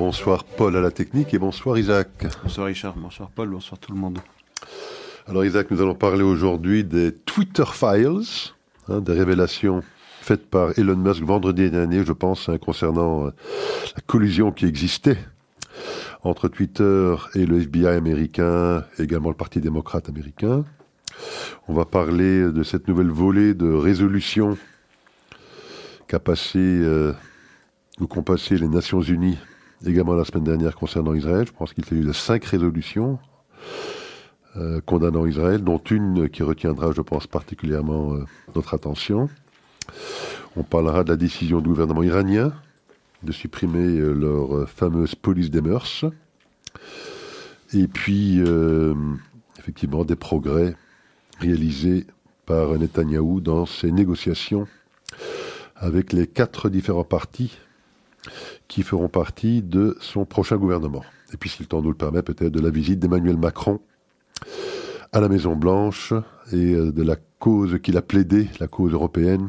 Bonsoir Paul à la technique et bonsoir Isaac. Bonsoir Richard, bonsoir Paul, bonsoir tout le monde. Alors Isaac, nous allons parler aujourd'hui des Twitter Files, des révélations faites par Elon Musk vendredi dernier, je pense, concernant la collusion qui existait entre Twitter et le FBI américain, et également le Parti démocrate américain. On va parler de cette nouvelle volée de résolutions qu'ont passé les Nations Unies également la semaine dernière concernant Israël. Je pense qu'il s'agit de 5 résolutions condamnant Israël, dont une qui retiendra, je pense, particulièrement notre attention. On parlera de la décision du gouvernement iranien de supprimer leur fameuse police des mœurs. Et puis, effectivement, des progrès réalisés par Netanyahou dans ses négociations avec les 4 différents partis qui feront partie de son prochain gouvernement. Et puis, si le temps nous le permet, peut-être de la visite d'Emmanuel Macron à la Maison-Blanche et de la cause qu'il a plaidée, la cause européenne,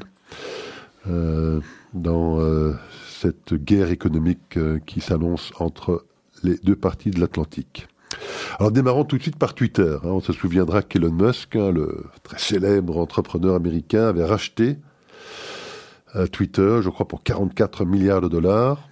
dans cette guerre économique qui s'annonce entre les 2 parties de l'Atlantique. Alors démarrons tout de suite par Twitter. On se souviendra qu'Elon Musk, le très célèbre entrepreneur américain, avait racheté Twitter, je crois, pour 44 milliards de dollars.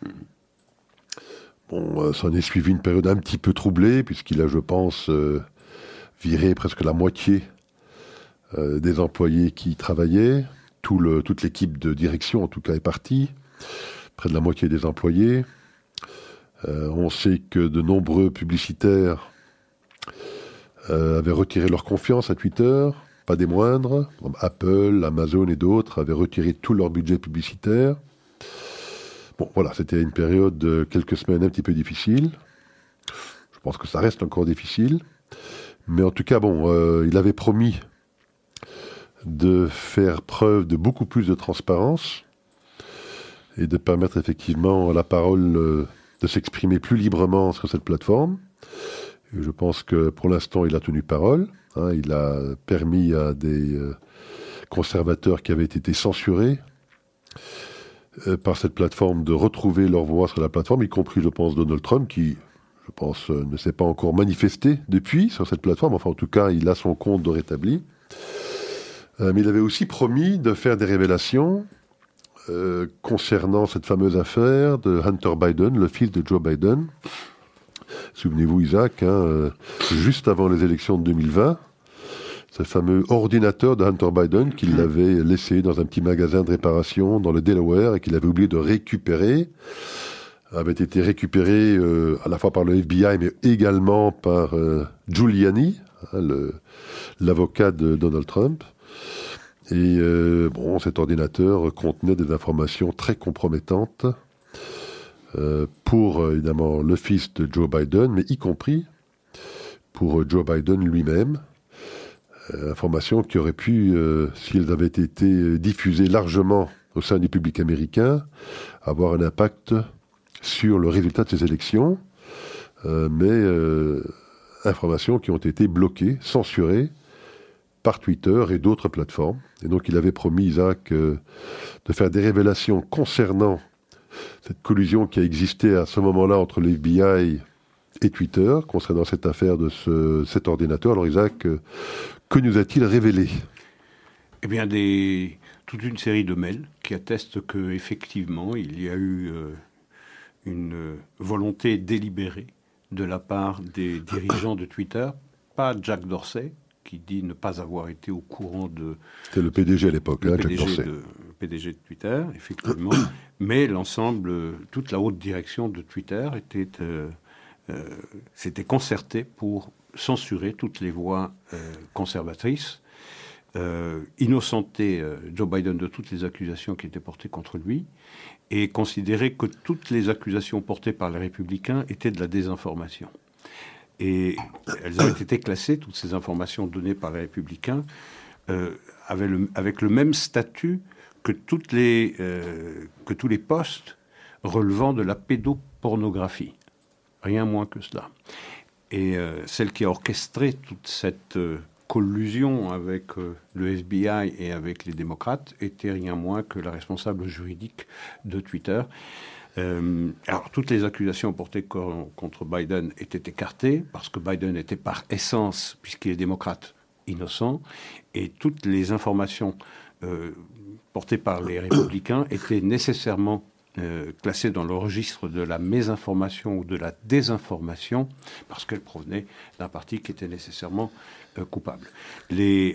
Bon, s'en est suivi une période un petit peu troublée, puisqu'il a, je pense, viré presque la moitié des employés qui y travaillaient. Toute l'équipe de direction, en tout cas, est partie. Près de la moitié des employés. On sait que de nombreux publicitaires avaient retiré leur confiance à Twitter. Pas des moindres, comme Apple, Amazon et d'autres avaient retiré tout leur budget publicitaire. Bon, voilà, c'était une période de quelques semaines un petit peu difficile. Je pense que ça reste encore difficile. Mais en tout cas, bon, il avait promis de faire preuve de beaucoup plus de transparence et de permettre effectivement à la parole de s'exprimer plus librement sur cette plateforme. Et je pense que pour l'instant, il a tenu parole. Il a permis à des conservateurs qui avaient été censurés par cette plateforme de retrouver leur voix sur la plateforme, y compris, je pense, Donald Trump, qui, je pense, ne s'est pas encore manifesté depuis sur cette plateforme. Enfin, en tout cas, il a son compte de rétabli. Mais il avait aussi promis de faire des révélations concernant cette fameuse affaire de Hunter Biden, le fils de Joe Biden. Souvenez-vous, Isaac, juste avant les élections de 2020, ce fameux ordinateur de Hunter Biden qu'il avait laissé dans un petit magasin de réparation dans le Delaware et qu'il avait oublié de récupérer, avait été récupéré à la fois par le FBI mais également par Giuliani, l'avocat de Donald Trump. Et cet ordinateur contenait des informations très compromettantes pour, évidemment, le fils de Joe Biden, mais y compris pour Joe Biden lui-même. Informations qui auraient pu, si elles avaient été diffusées largement au sein du public américain, avoir un impact sur le résultat de ces élections, mais informations qui ont été bloquées, censurées par Twitter et d'autres plateformes. Et donc il avait promis, Isaac, de faire des révélations concernant cette collusion qui a existé à ce moment-là entre le FBI et Twitter, concernant cette affaire de cet ordinateur. Alors Isaac, que nous a-t-il révélé ? Eh bien, toute une série de mails qui attestent qu'effectivement, il y a eu une volonté délibérée de la part des dirigeants de Twitter, pas Jack Dorsey, qui dit ne pas avoir été au courant de... C'était le PDG à l'époque, Jack Dorsey. Le PDG de Twitter, effectivement, mais l'ensemble, toute la haute direction de Twitter s'était concertée pour censurer toutes les voix conservatrices, innocenter Joe Biden de toutes les accusations qui étaient portées contre lui et considérer que toutes les accusations portées par les républicains étaient de la désinformation. Et elles avaient été classées, toutes ces informations données par les républicains, avec le même statut que tous les postes relevant de la pédopornographie. Rien moins que cela. Et celle qui a orchestré toute cette collusion avec le FBI et avec les démocrates était rien moins que la responsable juridique de Twitter, Alors, toutes les accusations portées contre Biden étaient écartées, parce que Biden était par essence, puisqu'il est démocrate, innocent, et toutes les informations portées par les républicains étaient nécessairement classées dans le registre de la mésinformation ou de la désinformation, parce qu'elles provenaient d'un parti qui était nécessairement coupable. Les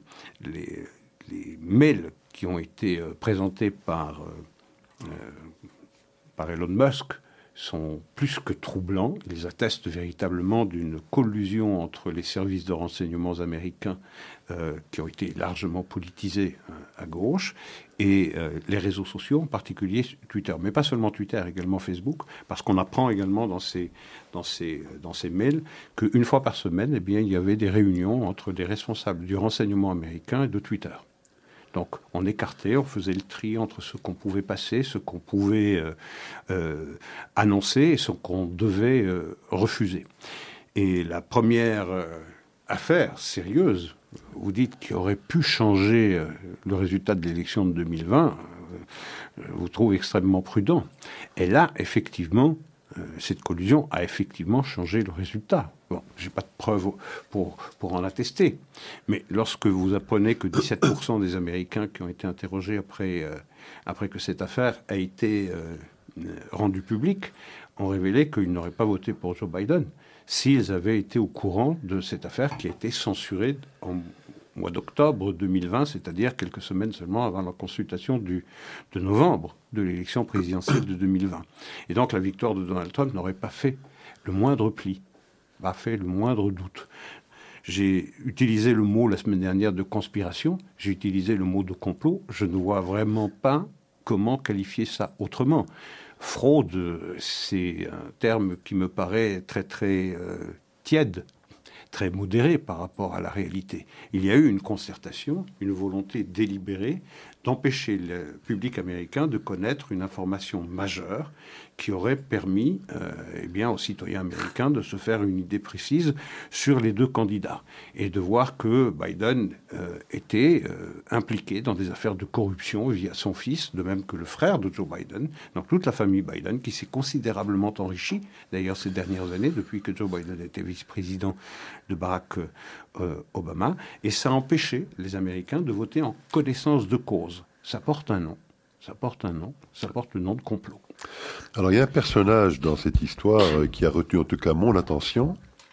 mails qui ont été présentés par Elon Musk sont plus que troublants. Ils attestent véritablement d'une collusion entre les services de renseignements américains qui ont été largement politisés à gauche et les réseaux sociaux, en particulier Twitter. Mais pas seulement Twitter, également Facebook, parce qu'on apprend également dans ces mails qu'une fois par semaine, eh bien, il y avait des réunions entre des responsables du renseignement américain et de Twitter. Donc, on écartait, on faisait le tri entre ce qu'on pouvait passer, ce qu'on pouvait annoncer et ce qu'on devait refuser. Et la première affaire sérieuse, vous dites, qui aurait pu changer le résultat de l'élection de 2020, vous trouvez extrêmement prudent. Et là, effectivement, cette collusion a effectivement changé le résultat. Bon, je n'ai pas de preuves pour en attester. Mais lorsque vous apprenez que 17% des Américains qui ont été interrogés après que cette affaire a été rendue publique ont révélé qu'ils n'auraient pas voté pour Joe Biden s'ils avaient été au courant de cette affaire qui a été censurée en mois d'octobre 2020, c'est-à-dire quelques semaines seulement avant la consultation de novembre de l'élection présidentielle de 2020. Et donc la victoire de Donald Trump n'aurait pas fait le moindre pli, pas fait le moindre doute. J'ai utilisé le mot la semaine dernière de conspiration, j'ai utilisé le mot de complot, je ne vois vraiment pas comment qualifier ça autrement. Fraude, c'est un terme qui me paraît très très tiède, très modéré par rapport à la réalité. Il y a eu une concertation, une volonté délibérée d'empêcher le public américain de connaître une information majeure qui aurait permis aux citoyens américains de se faire une idée précise sur les deux candidats et de voir que Biden était impliqué dans des affaires de corruption via son fils, de même que le frère de Joe Biden, donc toute la famille Biden qui s'est considérablement enrichie, d'ailleurs ces dernières années, depuis que Joe Biden était vice-président de Barack Obama, et ça a empêché les Américains de voter en connaissance de cause. Ça porte un nom. Ça porte le nom de complot. Alors, il y a un personnage dans cette histoire qui a retenu en tout cas mon attention.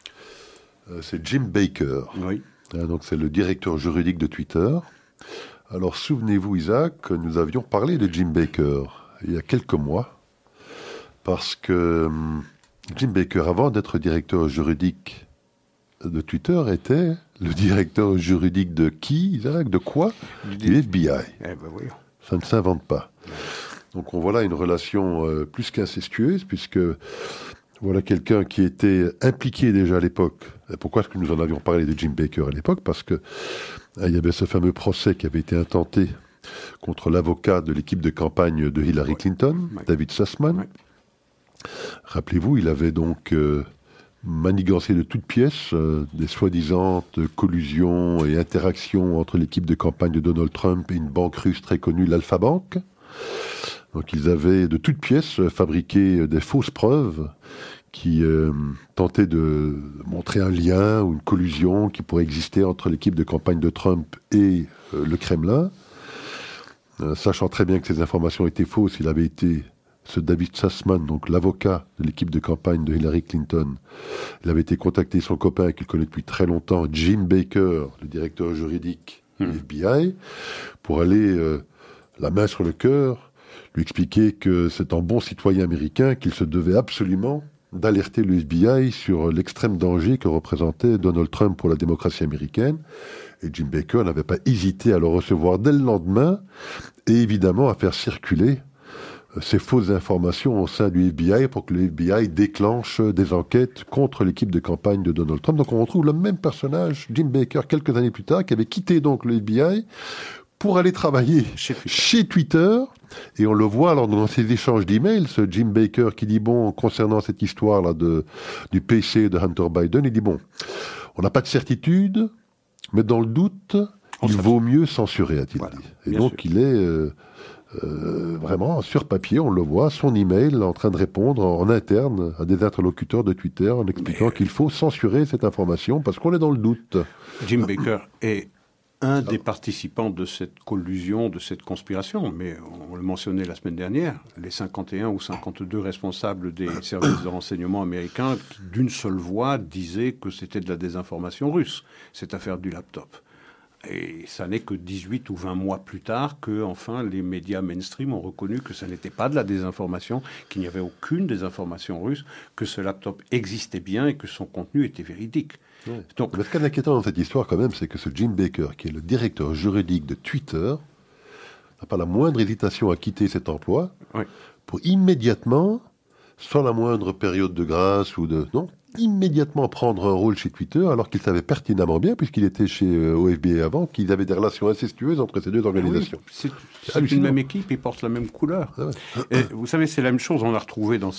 C'est Jim Baker. Oui. Donc, c'est le directeur juridique de Twitter. Alors, souvenez-vous, Isaac, nous avions parlé de Jim Baker il y a quelques mois, parce que Jim Baker, avant d'être directeur juridique de Twitter, était le directeur juridique de qui, Isaac? De quoi? Du FBI. Eh ben oui. Ça ne s'invente pas. Donc on voit là une relation plus qu'incestueuse, puisque voilà quelqu'un qui était impliqué déjà à l'époque. Et pourquoi est-ce que nous en avions parlé de Jim Baker à l'époque? Parce que il y avait ce fameux procès qui avait été intenté contre l'avocat de l'équipe de campagne de Hillary Clinton, David Sussman. Rappelez-vous, il avait donc manigancé de toutes pièces des soi-disant collusions et interactions entre l'équipe de campagne de Donald Trump et une banque russe très connue, l'Alpha Bank. Donc ils avaient de toutes pièces fabriqué des fausses preuves qui tentaient de montrer un lien ou une collusion qui pourrait exister entre l'équipe de campagne de Trump et le Kremlin. Sachant très bien que ces informations étaient fausses, il avait été... Ce David Sussman, donc l'avocat de l'équipe de campagne de Hillary Clinton, il avait été contacté, son copain qu'il connaît depuis très longtemps, Jim Baker, le directeur juridique du FBI, pour aller la main sur le cœur, lui expliquer que c'est un bon citoyen américain qu'il se devait absolument d'alerter le FBI sur l'extrême danger que représentait Donald Trump pour la démocratie américaine. Et Jim Baker n'avait pas hésité à le recevoir dès le lendemain et évidemment à faire circuler ces fausses informations au sein du FBI pour que le FBI déclenche des enquêtes contre l'équipe de campagne de Donald Trump. Donc on retrouve le même personnage, Jim Baker, quelques années plus tard, qui avait quitté donc le FBI pour aller travailler chez Twitter. Et on le voit alors dans ces échanges d'emails, ce Jim Baker qui dit, bon, concernant cette histoire-là du PC de Hunter Biden, il dit, bon, on n'a pas de certitude, mais dans le doute, il vaut mieux censurer, a-t-il dit. Et donc il est... vraiment, sur papier, on le voit, son email en train de répondre en interne à des interlocuteurs de Twitter en expliquant qu'il faut censurer cette information parce qu'on est dans le doute. Jim Baker est un des participants de cette collusion, de cette conspiration, mais on le mentionnait la semaine dernière, les 51 ou 52 responsables des services de renseignement américains qui, d'une seule voix, disaient que c'était de la désinformation russe, cette affaire du laptop. Et ça n'est que 18 ou 20 mois plus tard que, enfin, les médias mainstream ont reconnu que ça n'était pas de la désinformation, qu'il n'y avait aucune désinformation russe, que ce laptop existait bien et que son contenu était véridique. Ouais. Donc, ce qui est inquiétant dans cette histoire, quand même, c'est que ce Jim Baker, qui est le directeur juridique de Twitter, n'a pas la moindre hésitation à quitter cet emploi pour immédiatement, sans la moindre période de grâce ou de... Non, immédiatement prendre un rôle chez Twitter, alors qu'il savait pertinemment bien, puisqu'il était chez OFBA avant, qu'ils avaient des relations incestueuses entre ces deux organisations. Oui, c'est une même équipe, ils portent la même couleur. Ah ouais. Et vous savez, c'est la même chose, on l'a retrouvé dans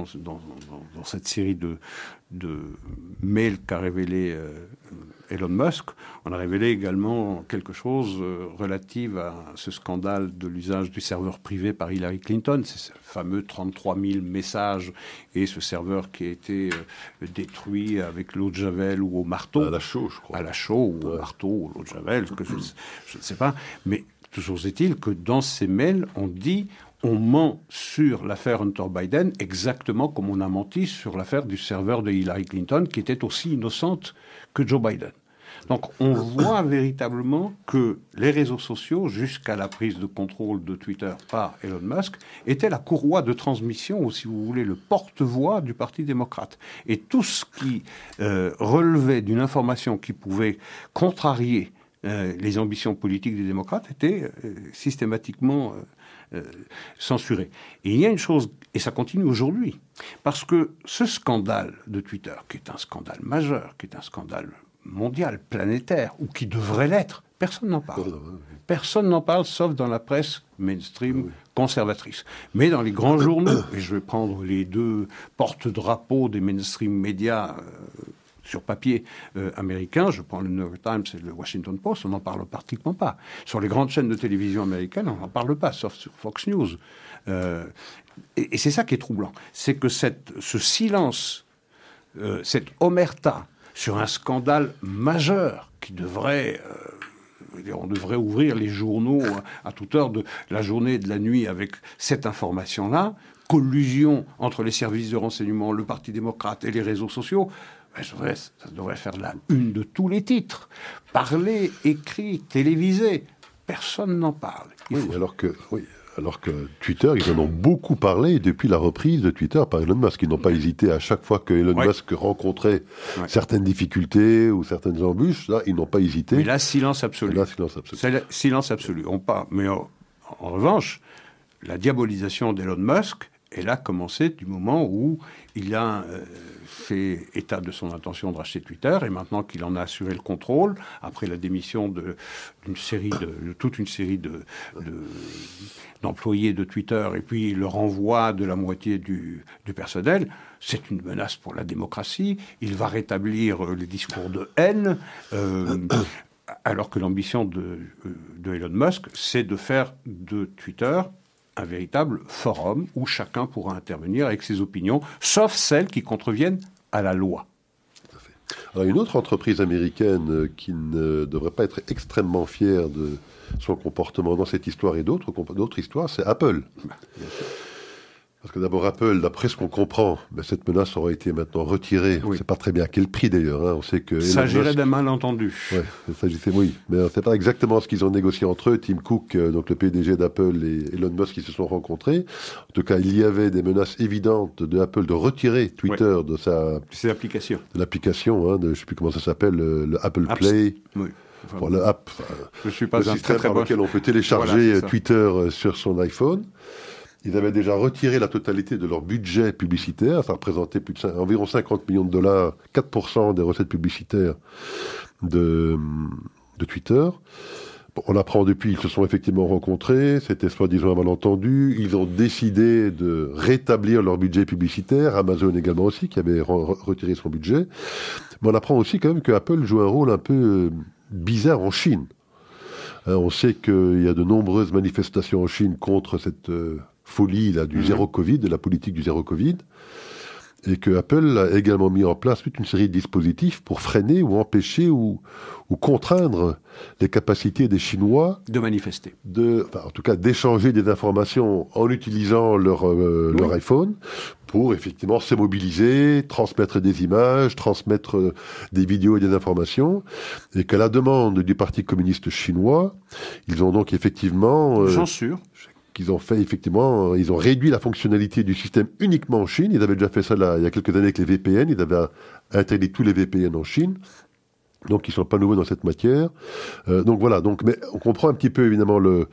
cette série de mails qu'a révélé Elon Musk. On a révélé également quelque chose relatif à ce scandale de l'usage du serveur privé par Hillary Clinton. C'est ce fameux 33 000 messages et ce serveur qui a été détruit avec l'eau de Javel ou au marteau. À la chaux, je crois. À la chaux ou au marteau ou à l'eau de Javel, que je ne sais pas. Mais toujours est-il que dans ces mails, on dit... On ment sur l'affaire Hunter Biden exactement comme on a menti sur l'affaire du serveur de Hillary Clinton, qui était aussi innocente que Joe Biden. Donc on voit véritablement que les réseaux sociaux, jusqu'à la prise de contrôle de Twitter par Elon Musk, étaient la courroie de transmission, ou si vous voulez, le porte-voix du Parti démocrate. Et tout ce qui relevait d'une information qui pouvait contrarier les ambitions politiques des démocrates était systématiquement... censuré. Et il y a une chose, et ça continue aujourd'hui, parce que ce scandale de Twitter, qui est un scandale majeur, qui est un scandale mondial, planétaire, ou qui devrait l'être, personne n'en parle. Personne n'en parle, sauf dans la presse mainstream conservatrice. Mais dans les grands journaux, et je vais prendre les deux porte-drapeaux des mainstream médias sur papier américain, je prends le New York Times et le Washington Post, on n'en parle pratiquement pas. Sur les grandes chaînes de télévision américaines, on n'en parle pas, sauf sur Fox News. Et c'est ça qui est troublant. C'est que ce silence, cette omerta sur un scandale majeur qui devrait... on devrait ouvrir les journaux à toute heure de la journée et de la nuit avec cette information-là, collusion entre les services de renseignement, le Parti démocrate et les réseaux sociaux... Ça devrait faire la une de tous les titres. Parler, écrit, télévisé, personne n'en parle. Alors que Twitter, ils en ont beaucoup parlé depuis la reprise de Twitter par Elon Musk. Ils n'ont pas hésité à chaque fois que Elon Musk rencontrait certaines difficultés ou certaines embûches. Là, ils n'ont pas hésité. Mais là, silence absolu. C'est silence absolu. Mais en revanche, la diabolisation d'Elon Musk, elle a commencé du moment où il a fait état de son intention de racheter Twitter, et maintenant qu'il en a assuré le contrôle, après la démission de toute une série d'employés de Twitter, et puis le renvoi de la moitié du personnel, c'est une menace pour la démocratie. Il va rétablir les discours de haine, alors que l'ambition de Elon Musk, c'est de faire de Twitter un véritable forum où chacun pourra intervenir avec ses opinions, sauf celles qui contreviennent à la loi. Alors, une autre entreprise américaine qui ne devrait pas être extrêmement fière de son comportement dans cette histoire et d'autres histoires, c'est Apple. Parce que d'abord, Apple, d'après ce qu'on comprend, cette menace aurait été maintenant retirée. On ne sait pas très bien à quel prix d'ailleurs. On sait que il s'agirait d'un malentendu. Oui, il s'agissait, oui. Mais on ne sait pas exactement ce qu'ils ont négocié entre eux. Tim Cook, donc le PDG d'Apple, et Elon Musk qui se sont rencontrés. En tout cas, il y avait des menaces évidentes de Apple de retirer Twitter de ses applications. De l'application, je ne sais plus comment ça s'appelle, le Apple Play. Oui. Pour le app. Je suis pas le système par lequel on peut télécharger Twitter sur son iPhone. Ils avaient déjà retiré la totalité de leur budget publicitaire. Ça représentait environ 50 millions de dollars, 4% des recettes publicitaires de Twitter. Bon, on apprend depuis, ils se sont effectivement rencontrés. C'était soi-disant un malentendu. Ils ont décidé de rétablir leur budget publicitaire. Amazon également aussi, qui avait retiré son budget. Mais on apprend aussi quand même que Apple joue un rôle un peu bizarre en Chine. On sait qu'il y a de nombreuses manifestations en Chine contre cette folie là, du zéro Covid, de la politique du zéro Covid. Et que Apple a également mis en place toute une série de dispositifs pour freiner ou empêcher ou contraindre les capacités des Chinois de manifester. En tout cas, d'échanger des informations en utilisant leur iPhone pour effectivement se mobiliser, transmettre des images, transmettre des vidéos et des informations. Et qu'à la demande du Parti communiste chinois, ils ont donc effectivement... Censure. Ils ont fait effectivement, ils ont réduit la fonctionnalité du système uniquement en Chine. Ils avaient déjà fait ça là, il y a quelques années avec les VPN. Ils avaient interdit tous les VPN en Chine. Donc ils sont pas nouveaux dans cette matière. Donc voilà. Donc, mais on comprend un petit peu évidemment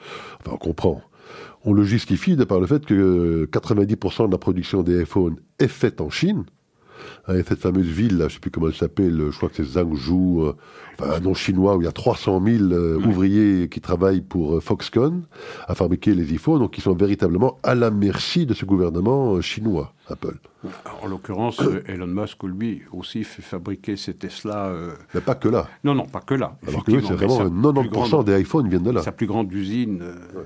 on le justifie par le fait que 90% de la production des iPhones est faite en Chine. Et cette fameuse ville, là, je ne sais plus comment elle s'appelle, je crois que c'est Zhangzhou, un nom chinois où il y a 300 000 ouvriers qui travaillent pour Foxconn à fabriquer les iPhones, donc ils sont véritablement à la merci de ce gouvernement chinois, Apple. En l'occurrence, Elon Musk, lui, aussi fait fabriquer ses Tesla... Mais pas que là. Non, pas que là. Alors que c'est vraiment 90% des iPhones viennent de là. Sa plus grande usine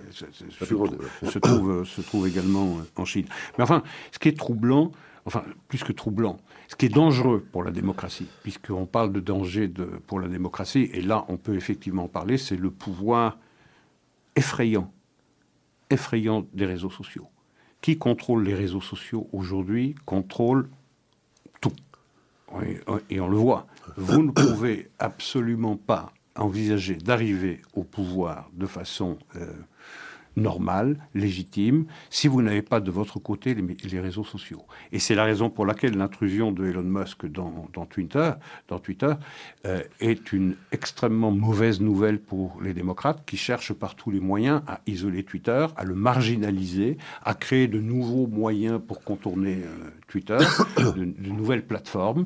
se trouve également en Chine. Mais enfin, ce qui est troublant, plus que troublant, ce qui est dangereux pour la démocratie, puisqu'on parle de danger pour la démocratie, et là on peut effectivement en parler, c'est le pouvoir effrayant des réseaux sociaux. Qui contrôle les réseaux sociaux aujourd'hui contrôle tout. Et on le voit. Vous ne pouvez absolument pas envisager d'arriver au pouvoir de façon normale, légitime, si vous n'avez pas de votre côté les réseaux sociaux. Et c'est la raison pour laquelle l'intrusion de Elon Musk dans Twitter est une extrêmement mauvaise nouvelle pour les démocrates qui cherchent par tous les moyens à isoler Twitter, à le marginaliser, à créer de nouveaux moyens pour contourner Twitter, de nouvelles plateformes.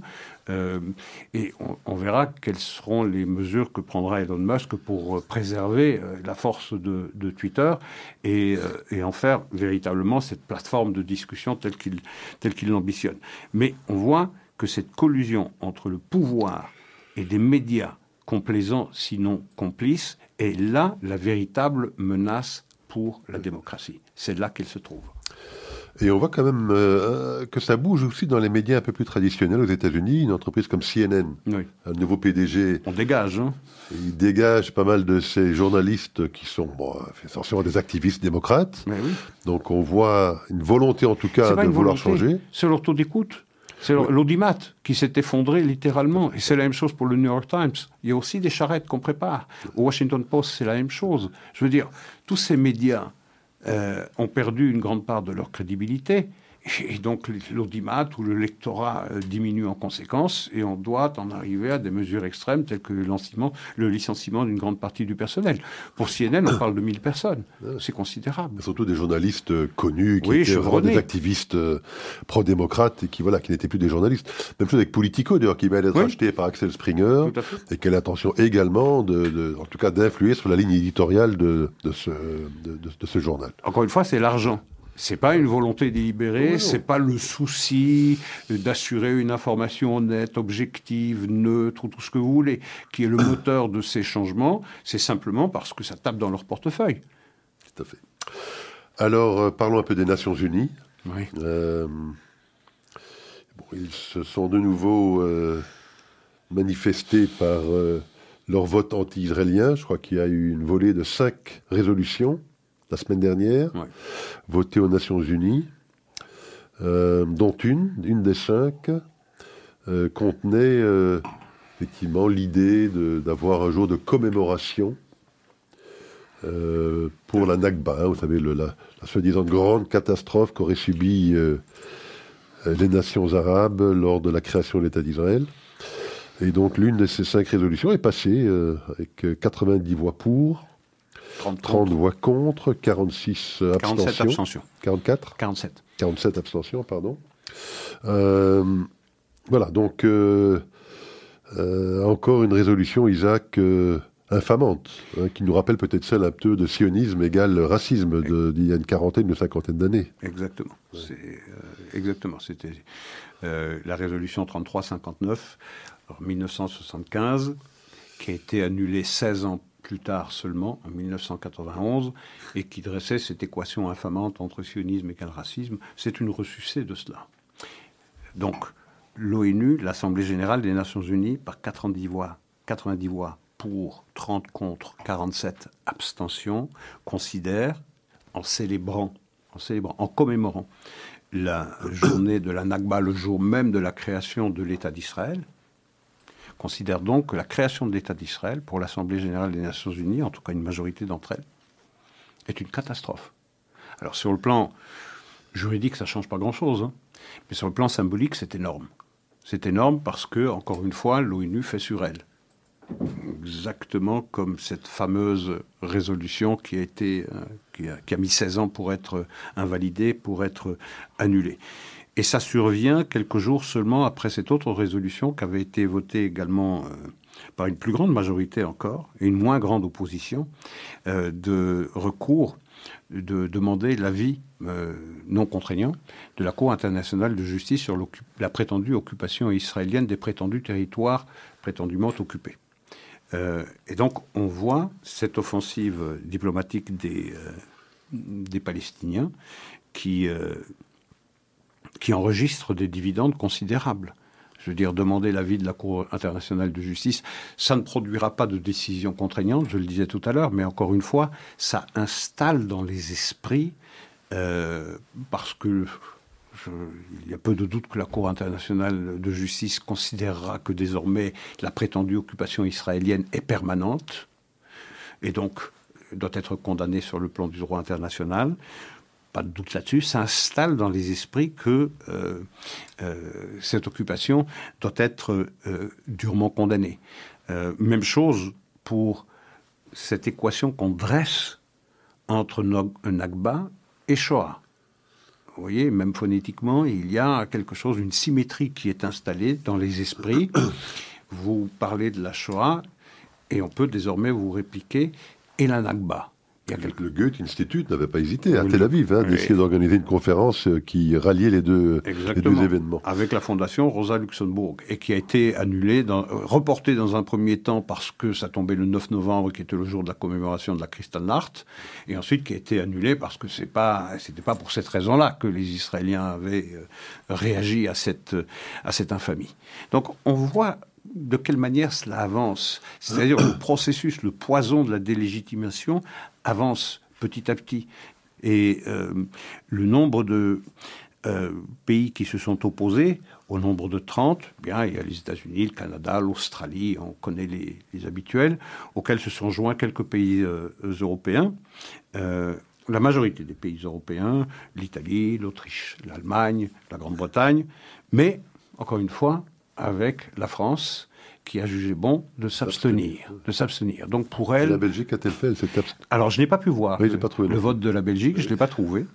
Et on verra quelles seront les mesures que prendra Elon Musk pour préserver la force de Twitter et en faire véritablement cette plateforme de discussion telle qu'il l'ambitionne. Mais on voit que cette collusion entre le pouvoir et des médias complaisants, sinon complices, est là la véritable menace pour la démocratie. C'est là qu'elle se trouve. Et on voit quand même que ça bouge aussi dans les médias un peu plus traditionnels aux États-Unis. Une entreprise comme CNN, un nouveau PDG. On dégage, hein. Il dégage pas mal de ces journalistes qui sont essentiellement des activistes démocrates. Mais oui. Donc on voit une volonté en tout cas de vouloir changer. C'est leur taux d'écoute. C'est l'audimat qui s'est effondré littéralement. Et c'est la même chose pour le New York Times. Il y a aussi des charrettes qu'on prépare. Au Washington Post, c'est la même chose. Je veux dire, tous ces médias ont perdu une grande part de leur crédibilité. Et donc l'audimat ou le lectorat diminue en conséquence et on doit en arriver à des mesures extrêmes telles que le licenciement d'une grande partie du personnel. Pour CNN, on parle de 1000 personnes. C'est considérable. Mais surtout des journalistes connus qui étaient vraiment des activistes pro-démocrates et qui n'étaient plus des journalistes. Même chose avec Politico d'ailleurs, qui vient d'être acheté par Axel Springer et qui a l'intention également en tout cas d'influer sur la ligne éditoriale de ce journal. Encore une fois, c'est l'argent. C'est pas une volonté délibérée, c'est pas le souci d'assurer une information honnête, objective, neutre, ou tout ce que vous voulez, qui est le moteur de ces changements. C'est simplement parce que ça tape dans leur portefeuille. Tout à fait. Alors, parlons un peu des Nations Unies. Oui. Ils se sont de nouveau manifestés par leur vote anti-israélien. Je crois qu'il y a eu une volée de 5 résolutions la semaine dernière, votée aux Nations Unies, dont une des 5 contenait effectivement l'idée d'avoir un jour de commémoration pour la Nakba, vous savez, la soi-disant grande catastrophe qu'auraient subie les nations arabes lors de la création de l'État d'Israël. Et donc l'une de ces 5 résolutions est passée avec 90 voix pour, 30 voix contre, 46 abstentions. 47 abstentions. 44 47 abstentions, pardon. Voilà, donc encore une résolution, Isaac, infamante, qui nous rappelle peut-être celle un peu de sionisme égale racisme d'il y a une quarantaine, une cinquantaine d'années. Exactement. Exactement. C'était la résolution 33-59 en 1975, qui a été annulée 16 ans plus tard seulement, en 1991, et qui dressait cette équation infamante entre sionisme égale racisme. C'est une ressucée de cela. Donc, l'ONU, l'Assemblée générale des Nations unies, par 90 voix pour, 30 contre, 47 abstentions, considère, en commémorant la journée de la Nakba, le jour même de la création de l'État d'Israël, considère donc que la création de l'État d'Israël, pour l'Assemblée générale des Nations unies, en tout cas une majorité d'entre elles, est une catastrophe. Alors sur le plan juridique, ça ne change pas grand-chose, hein, mais sur le plan symbolique, c'est énorme. C'est énorme parce que, encore une fois, l'ONU fait sur elle. Exactement comme cette fameuse résolution qui a mis 16 ans pour être invalidée, pour être annulée. Et ça survient quelques jours seulement après cette autre résolution qui avait été votée également par une plus grande majorité encore, et une moins grande opposition, de recours, de demander l'avis non contraignant de la Cour internationale de justice sur la prétendue occupation israélienne des prétendus territoires prétendument occupés. Et donc, on voit cette offensive diplomatique des Palestiniens qui enregistre des dividendes considérables. Je veux dire, demander l'avis de la Cour internationale de justice, ça ne produira pas de décision contraignante, je le disais tout à l'heure, mais encore une fois, ça installe dans les esprits, parce que il y a peu de doute que la Cour internationale de justice considérera que désormais la prétendue occupation israélienne est permanente et donc doit être condamnée sur le plan du droit international. Pas de doute là-dessus, ça installe dans les esprits que cette occupation doit être durement condamnée. Même chose pour cette équation qu'on dresse entre Nakba et Shoah. Vous voyez, même phonétiquement, il y a quelque chose, une symétrie qui est installée dans les esprits. Vous parlez de la Shoah et on peut désormais vous répliquer et la Nakba. Le Goethe Institut n'avait pas hésité à Tel Aviv d'essayer d'organiser une conférence qui ralliait les deux événements. Avec la fondation Rosa Luxembourg, et qui a été annulée, reportée dans un premier temps parce que ça tombait le 9 novembre, qui était le jour de la commémoration de la Kristallnacht, et ensuite qui a été annulée parce que c'était pas pour cette raison-là que les Israéliens avaient réagi à cette infamie. Donc on voit de quelle manière cela avance. C'est-à-dire le processus, le poison de la délégitimation avance petit à petit. Et le nombre de pays qui se sont opposés, au nombre de 30, bien, il y a les États-Unis, le Canada, l'Australie, on connaît les habituels, auxquels se sont joints quelques pays européens. La majorité des pays européens, l'Italie, l'Autriche, l'Allemagne, la Grande-Bretagne, mais, encore une fois, avec la France, qui a jugé bon de s'abstenir. Donc pour elle... Et la Belgique a-t-elle fait? Alors je n'ai pas pu voir le vote de la Belgique, je ne l'ai pas trouvé,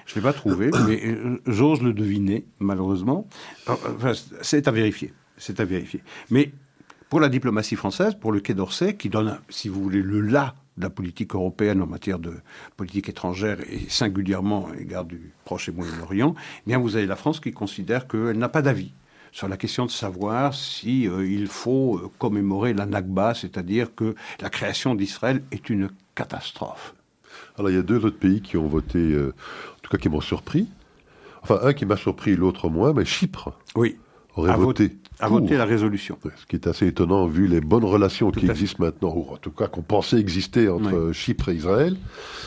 mais j'ose le deviner, malheureusement. Enfin, c'est à vérifier. Mais pour la diplomatie française, pour le Quai d'Orsay, qui donne, si vous voulez, le là de la politique européenne en matière de politique étrangère et singulièrement à l'égard du Proche et Moyen-Orient, eh bien vous avez la France qui considère qu'elle n'a pas d'avis sur la question de savoir si il faut commémorer la Nakba, c'est-à-dire que la création d'Israël est une catastrophe. Alors il y a deux autres pays qui ont voté, en tout cas qui m'ont surpris. Enfin, un qui m'a surpris, l'autre moins, mais Chypre aurait voté la résolution. Ce qui est assez étonnant vu les bonnes relations qui existent maintenant, ou en tout cas qu'on pensait exister entre Chypre et Israël.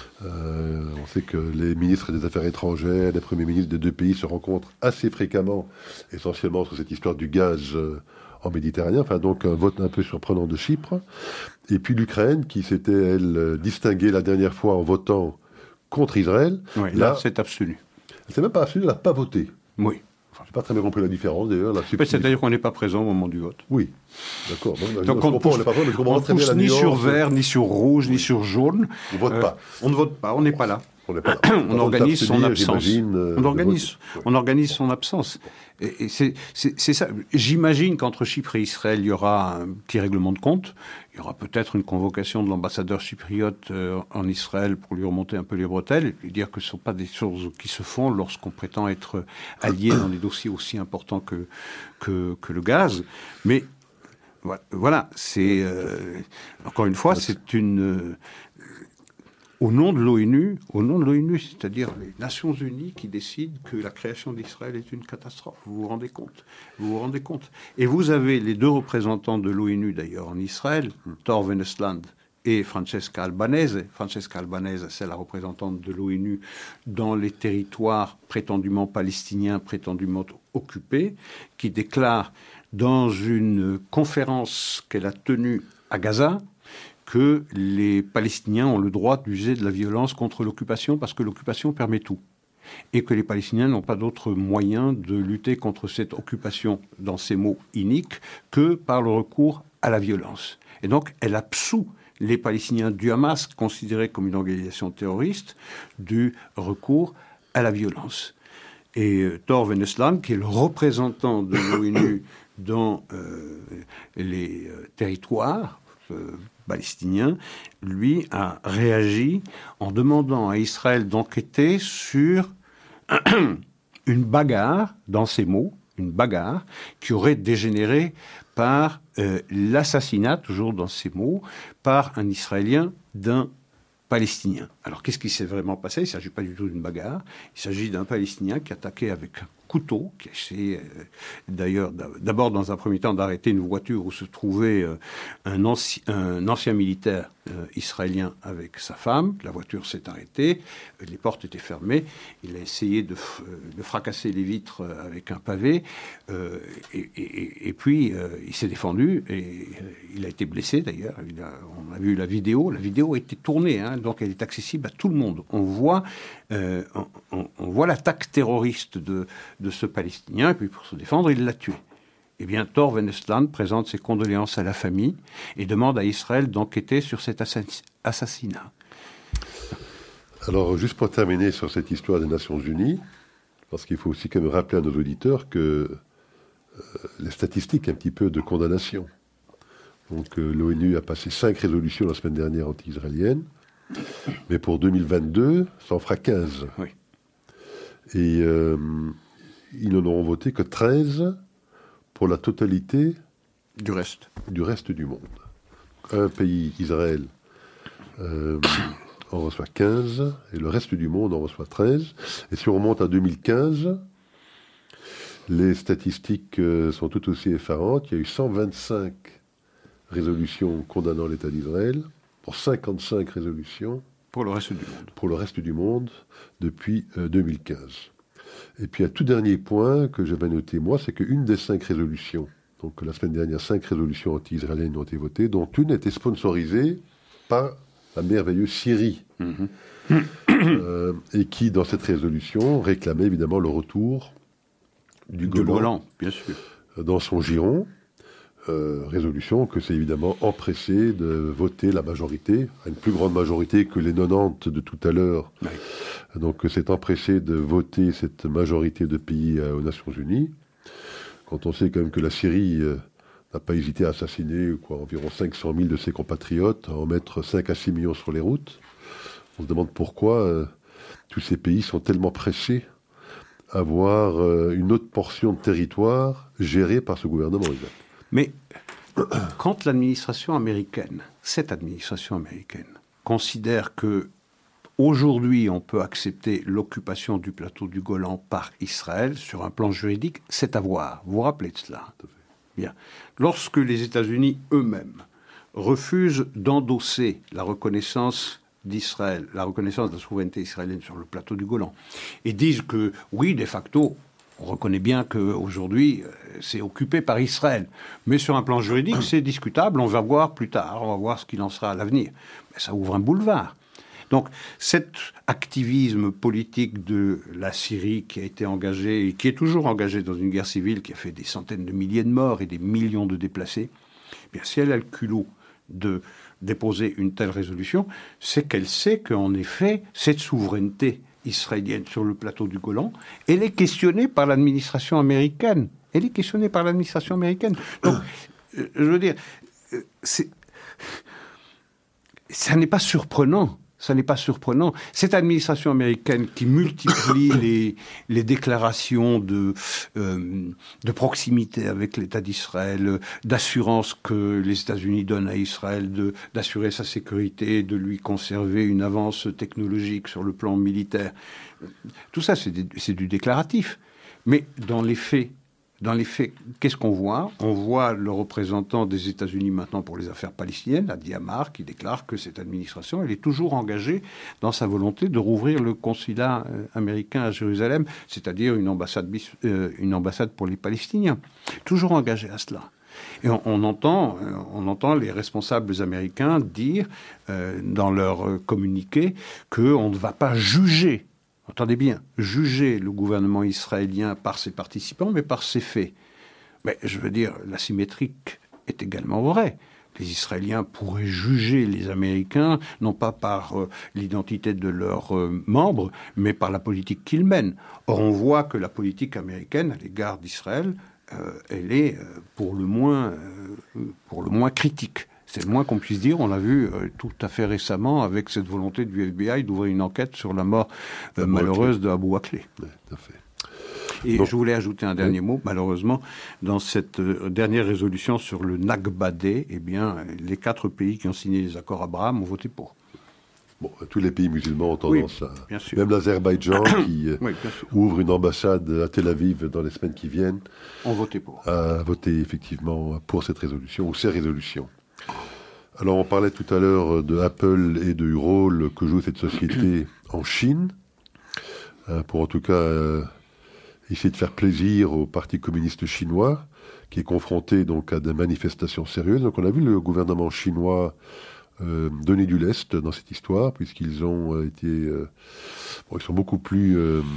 On sait que les ministres des Affaires étrangères, les premiers ministres des deux pays se rencontrent assez fréquemment, essentiellement sur cette histoire du gaz en Méditerranée. Enfin, donc un vote un peu surprenant de Chypre. Et puis l'Ukraine, qui s'était, elle, distinguée la dernière fois en votant contre Israël. Oui, là, c'est abstenu. Elle s'est même pas abstenue, elle n'a pas voté. Oui. Je n'ai pas très bien compris la différence, d'ailleurs. C'est-à-dire qu'on n'est pas présent au moment du vote. Oui, d'accord. Donc on ne pousse ni sur vert, ni sur rouge, ni sur jaune. On ne vote pas. On ne vote pas, on n'est pas là. On organise son absence. On organise son absence. Et c'est ça. J'imagine qu'entre Chypre et Israël, il y aura un petit règlement de compte. Il y aura peut-être une convocation de l'ambassadeur chypriote en Israël pour lui remonter un peu les bretelles et lui dire que ce ne sont pas des choses qui se font lorsqu'on prétend être allié dans des dossiers aussi importants que le gaz. Mais Voilà, c'est encore une fois, c'est une au nom de l'ONU, c'est-à-dire les Nations Unies qui décident que la création d'Israël est une catastrophe. Vous vous rendez compte. Et vous avez les deux représentants de l'ONU d'ailleurs en Israël, Tor Wennesland et Francesca Albanese. Francesca Albanese, c'est la représentante de l'ONU dans les territoires prétendument palestiniens, prétendument occupés, qui déclare dans une conférence qu'elle a tenue à Gaza que les Palestiniens ont le droit d'user de la violence contre l'occupation parce que l'occupation permet tout. Et que les Palestiniens n'ont pas d'autre moyen de lutter contre cette occupation, dans ces mots iniques, que par le recours à la violence. Et donc, elle absout les Palestiniens du Hamas, considérés comme une organisation terroriste, du recours à la violence. Et Tor Wennesland, qui est le représentant de l'ONU dans les territoires palestinien, lui, a réagi en demandant à Israël d'enquêter sur une bagarre, dans ses mots, une bagarre qui aurait dégénéré par l'assassinat, toujours dans ses mots, par un Israélien d'un Palestinien. Alors, qu'est-ce qui s'est vraiment passé ? Il ne s'agit pas du tout d'une bagarre. Il s'agit d'un Palestinien qui attaquait avec un couteau, qui a essayé d'ailleurs, d'abord dans un premier temps, d'arrêter une voiture où se trouvait un ancien militaire israélien avec sa femme. La voiture s'est arrêtée, les portes étaient fermées. Il a essayé de fracasser les vitres avec un pavé, et puis il s'est défendu, et il a été blessé d'ailleurs. On a vu la vidéo a été tournée, donc elle est accessible à tout le monde. On voit l'attaque terroriste de ce Palestinien, et puis pour se défendre, il l'a tué. Eh bien, Tor Wennesland présente ses condoléances à la famille et demande à Israël d'enquêter sur cet assassinat. Alors, juste pour terminer sur cette histoire des Nations Unies, parce qu'il faut aussi quand même rappeler à nos auditeurs que les statistiques un petit peu de condamnation. Donc, l'ONU a passé 5 résolutions la semaine dernière anti-israéliennes, mais pour 2022, ça en fera 15. Oui. Et ils n'en auront voté que 13 pour la totalité du reste du monde. Un pays, Israël, en reçoit 15, et le reste du monde en reçoit 13. Et si on remonte à 2015, les statistiques sont tout aussi effarantes. Il y a eu 125 résolutions condamnant l'État d'Israël, pour 55 résolutions pour le reste du monde depuis 2015. Et puis, un tout dernier point que j'avais noté, moi, c'est qu'une des 5 résolutions, donc la semaine dernière, 5 résolutions anti-israéliennes ont été votées, dont une était sponsorisée par la merveilleuse Syrie. Et qui, dans cette résolution, réclamait évidemment le retour du Golan, bien sûr, dans son giron. Résolution que c'est évidemment empressé de voter la majorité, à une plus grande majorité que les 90 de tout à l'heure. Oui. Donc c'est empressé de voter cette majorité de pays aux Nations Unies. Quand on sait quand même que la Syrie n'a pas hésité à assassiner environ 500 000 de ses compatriotes, à en mettre 5 à 6 millions sur les routes, on se demande pourquoi tous ces pays sont tellement pressés à voir une autre portion de territoire gérée par ce gouvernement. Mais quand cette administration américaine, considère que aujourd'hui on peut accepter l'occupation du plateau du Golan par Israël sur un plan juridique, c'est à voir. Vous vous rappelez de cela ? Bien. Lorsque les États-Unis eux-mêmes refusent d'endosser la reconnaissance d'Israël, la reconnaissance de la souveraineté israélienne sur le plateau du Golan, et disent que oui, de facto, on reconnaît bien qu'aujourd'hui, c'est occupé par Israël. Mais sur un plan juridique, c'est discutable. On va voir plus tard. On va voir ce qu'il en sera à l'avenir. Mais ça ouvre un boulevard. Donc, cet activisme politique de la Syrie qui a été engagé et qui est toujours engagé dans une guerre civile qui a fait des centaines de milliers de morts et des millions de déplacés, eh bien, si elle a le culot de déposer une telle résolution, c'est qu'elle sait qu'en effet, cette souveraineté israélienne sur le plateau du Golan, elle est questionnée par l'administration américaine. Donc, je veux dire, ça n'est pas surprenant Ça n'est pas surprenant. Cette administration américaine qui multiplie les déclarations de proximité avec l'État d'Israël, d'assurance que les États-Unis donnent à Israël, d'assurer sa sécurité, de lui conserver une avance technologique sur le plan militaire. Tout ça, c'est du déclaratif. Mais dans les faits, qu'est-ce qu'on voit ? On voit le représentant des États-Unis maintenant pour les affaires palestiniennes, Hadi Amar, qui déclare que cette administration, elle est toujours engagée dans sa volonté de rouvrir le consulat américain à Jérusalem, c'est-à-dire une ambassade pour les Palestiniens. Toujours engagée à cela. Et on entend les responsables américains dire dans leur communiqué qu'on ne va pas juger. Entendez bien, juger le gouvernement israélien par ses participants, mais par ses faits. Mais je veux dire, la symétrique est également vraie. Les Israéliens pourraient juger les Américains, non pas par l'identité de leurs membres, mais par la politique qu'ils mènent. Or, on voit que la politique américaine à l'égard d'Israël, elle est pour le moins critique. C'est le moins qu'on puisse dire. On l'a vu tout à fait récemment avec cette volonté du FBI d'ouvrir une enquête sur la mort malheureuse de Abou Akleh. Oui, tout à fait. Et je voulais ajouter un dernier mot. Malheureusement, dans cette dernière résolution sur le Nakba Day, eh bien, les 4 pays qui ont signé les accords Abraham ont voté pour. Bon, tous les pays musulmans ont tendance à... Bien sûr. Même l'Azerbaïdjan, qui ouvre une ambassade à Tel Aviv dans les semaines qui viennent, ont voté pour. A voté effectivement pour cette résolution, ou ces résolutions. Alors, on parlait tout à l'heure de Apple et du rôle que joue cette société en Chine, pour en tout cas essayer de faire plaisir au Parti communiste chinois, qui est confronté donc à des manifestations sérieuses. Donc, on a vu le gouvernement chinois donner du lest dans cette histoire, puisqu'ils ont été... ils sont beaucoup plus...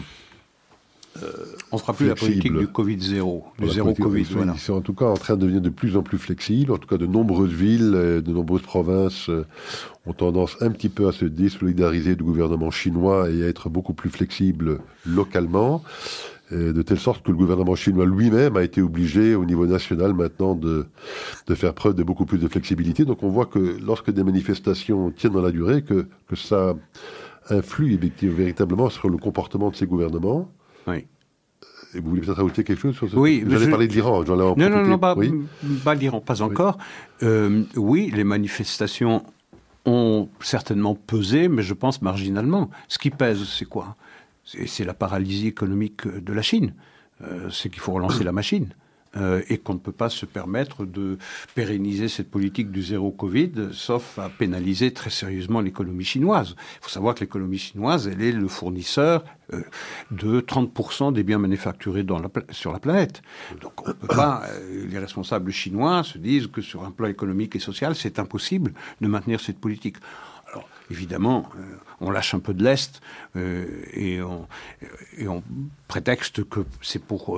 on ne fera plus la politique du Covid-0, du zéro Covid. Voilà. Ils sont en tout cas en train de devenir de plus en plus flexibles. En tout cas, de nombreuses villes, de nombreuses provinces ont tendance un petit peu à se désolidariser du gouvernement chinois et à être beaucoup plus flexibles localement, de telle sorte que le gouvernement chinois lui-même a été obligé, au niveau national maintenant, de faire preuve de beaucoup plus de flexibilité. Donc on voit que lorsque des manifestations tiennent dans la durée, que ça influe véritablement sur le comportement de ces gouvernements. Oui. Et vous voulez peut-être ajouter quelque chose sur ce... Oui. Vous allez parler de l'Iran. Non, pas l'Iran, pas encore. Oui, les manifestations ont certainement pesé, mais je pense marginalement. Ce qui pèse, c'est quoi ? C'est la paralysie économique de la Chine. C'est qu'il faut relancer la machine. Et qu'on ne peut pas se permettre de pérenniser cette politique du zéro Covid, sauf à pénaliser très sérieusement l'économie chinoise. Il faut savoir que l'économie chinoise, elle est le fournisseur de 30% des biens manufacturés sur la planète. Donc on ne peut pas, les responsables chinois se disent que sur un plan économique et social, c'est impossible de maintenir cette politique. Alors, évidemment, on lâche un peu de lest et on prétexte que c'est pour...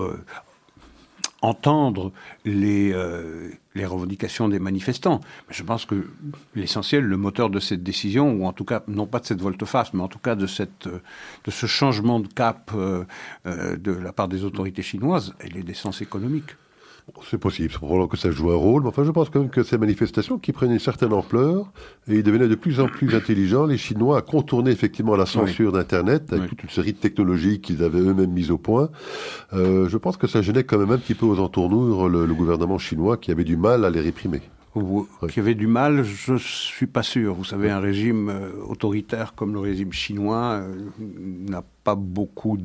entendre les revendications des manifestants. Mais je pense que l'essentiel, le moteur de cette décision, ou en tout cas, non pas de cette volte-face, mais en tout cas de ce changement de cap de la part des autorités chinoises, elle est d'essence économique. C'est possible, c'est probablement que ça joue un rôle, mais enfin je pense quand même que ces manifestations qui prenaient une certaine ampleur, et ils devenaient de plus en plus intelligents, les Chinois, à contourner effectivement la censure d'Internet, avec toute une série de technologies qu'ils avaient eux-mêmes mises au point. Je pense que ça gênait quand même un petit peu aux entournures le gouvernement chinois qui avait du mal à les réprimer. Qui avait du mal, je suis pas sûr. Vous savez, un régime autoritaire comme le régime chinois n'a pas beaucoup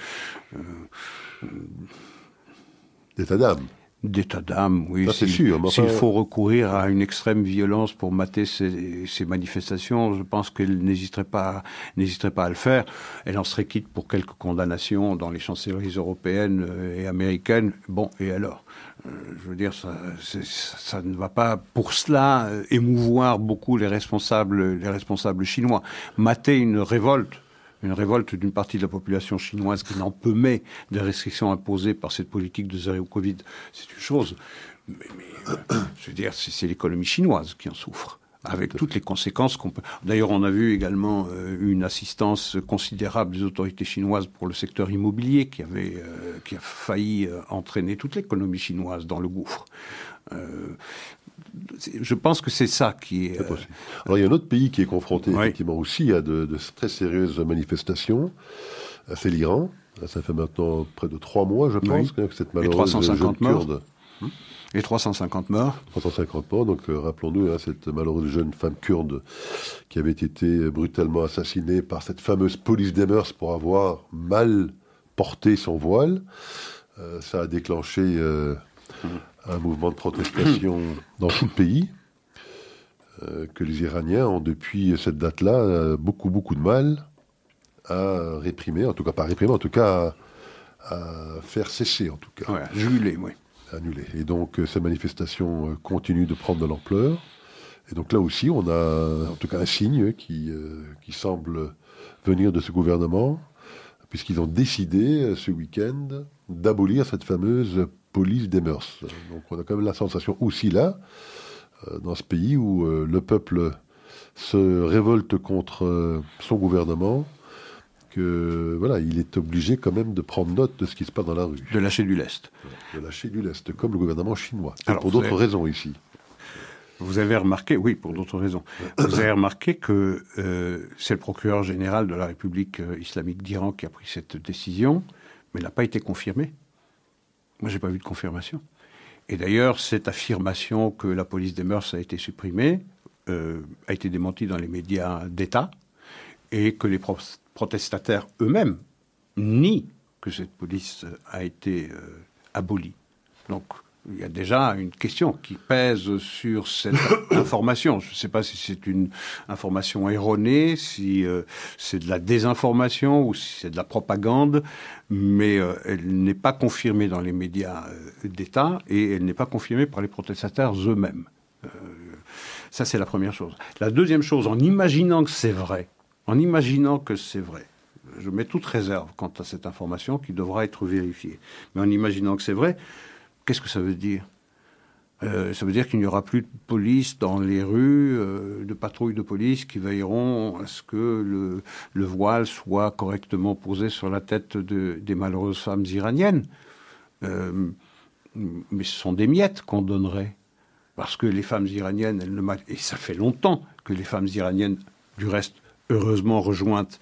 d'état d'âme. D'état d'âme, oui. Ça, c'est sûr. S'il faut recourir à une extrême violence pour mater ces manifestations, je pense qu'elle n'hésiterait pas à le faire. Elle en serait quitte pour quelques condamnations dans les chancelleries européennes et américaines. Bon, et alors ? Je veux dire, ça ne va pas pour cela émouvoir beaucoup les responsables chinois. Mater une révolte d'une partie de la population chinoise qui n'en peut mais des restrictions imposées par cette politique de zéro Covid, c'est une chose. Mais je veux dire, c'est l'économie chinoise qui en souffre, avec toutes les conséquences qu'on peut... D'ailleurs, on a vu également une assistance considérable des autorités chinoises pour le secteur immobilier qui a failli entraîner toute l'économie chinoise dans le gouffre. Je pense que c'est ça qui est... Alors il y a un autre pays qui est confronté effectivement aussi à de très sérieuses manifestations, c'est l'Iran. Ça fait maintenant près de 3 mois, je pense, que cette malheureuse jeune kurde... Et 350 morts. 350 morts, donc rappelons-nous, cette malheureuse jeune femme kurde qui avait été brutalement assassinée par cette fameuse police des mœurs pour avoir mal porté son voile. Ça a déclenché un mouvement de protestation dans tout le pays, que les Iraniens ont depuis cette date-là beaucoup de mal à réprimer, en tout cas pas réprimer, en tout cas à faire cesser, en tout cas. Ouais, juguler, oui. Annulé. Et donc ces manifestations continuent de prendre de l'ampleur. Et donc là aussi, on a en tout cas un signe qui semble venir de ce gouvernement, puisqu'ils ont décidé ce week-end d'abolir cette fameuse police des mœurs. Donc on a quand même la sensation aussi là, dans ce pays où le peuple se révolte contre son gouvernement, que voilà, il est obligé quand même de prendre note de ce qui se passe dans la rue. De lâcher du lest. De lâcher du lest, comme le gouvernement chinois. Alors, pour d'autres raisons ici. Vous avez remarqué, oui, pour d'autres raisons. Vous avez remarqué que c'est le procureur général de la République islamique d'Iran qui a pris cette décision, mais elle n'a pas été confirmée. Moi, j'ai pas vu de confirmation. Et d'ailleurs, cette affirmation que la police des mœurs a été supprimée a été démentie dans les médias d'État, et que les protestataires eux-mêmes nient que cette police a été abolie. Donc, il y a déjà une question qui pèse sur cette information. Je ne sais pas si c'est une information erronée, si c'est de la désinformation ou si c'est de la propagande, mais elle n'est pas confirmée dans les médias d'État et elle n'est pas confirmée par les protestataires eux-mêmes. Ça, c'est la première chose. La deuxième chose, en imaginant que c'est vrai, je mets toute réserve quant à cette information qui devra être vérifiée. Mais en imaginant que c'est vrai, qu'est-ce que ça veut dire ? Ça veut dire qu'il n'y aura plus de police dans les rues, de patrouilles de police qui veilleront à ce que le voile soit correctement posé sur la tête des malheureuses femmes iraniennes. Mais ce sont des miettes qu'on donnerait. Parce que les femmes iraniennes, et ça fait longtemps que les femmes iraniennes, du reste, heureusement rejointes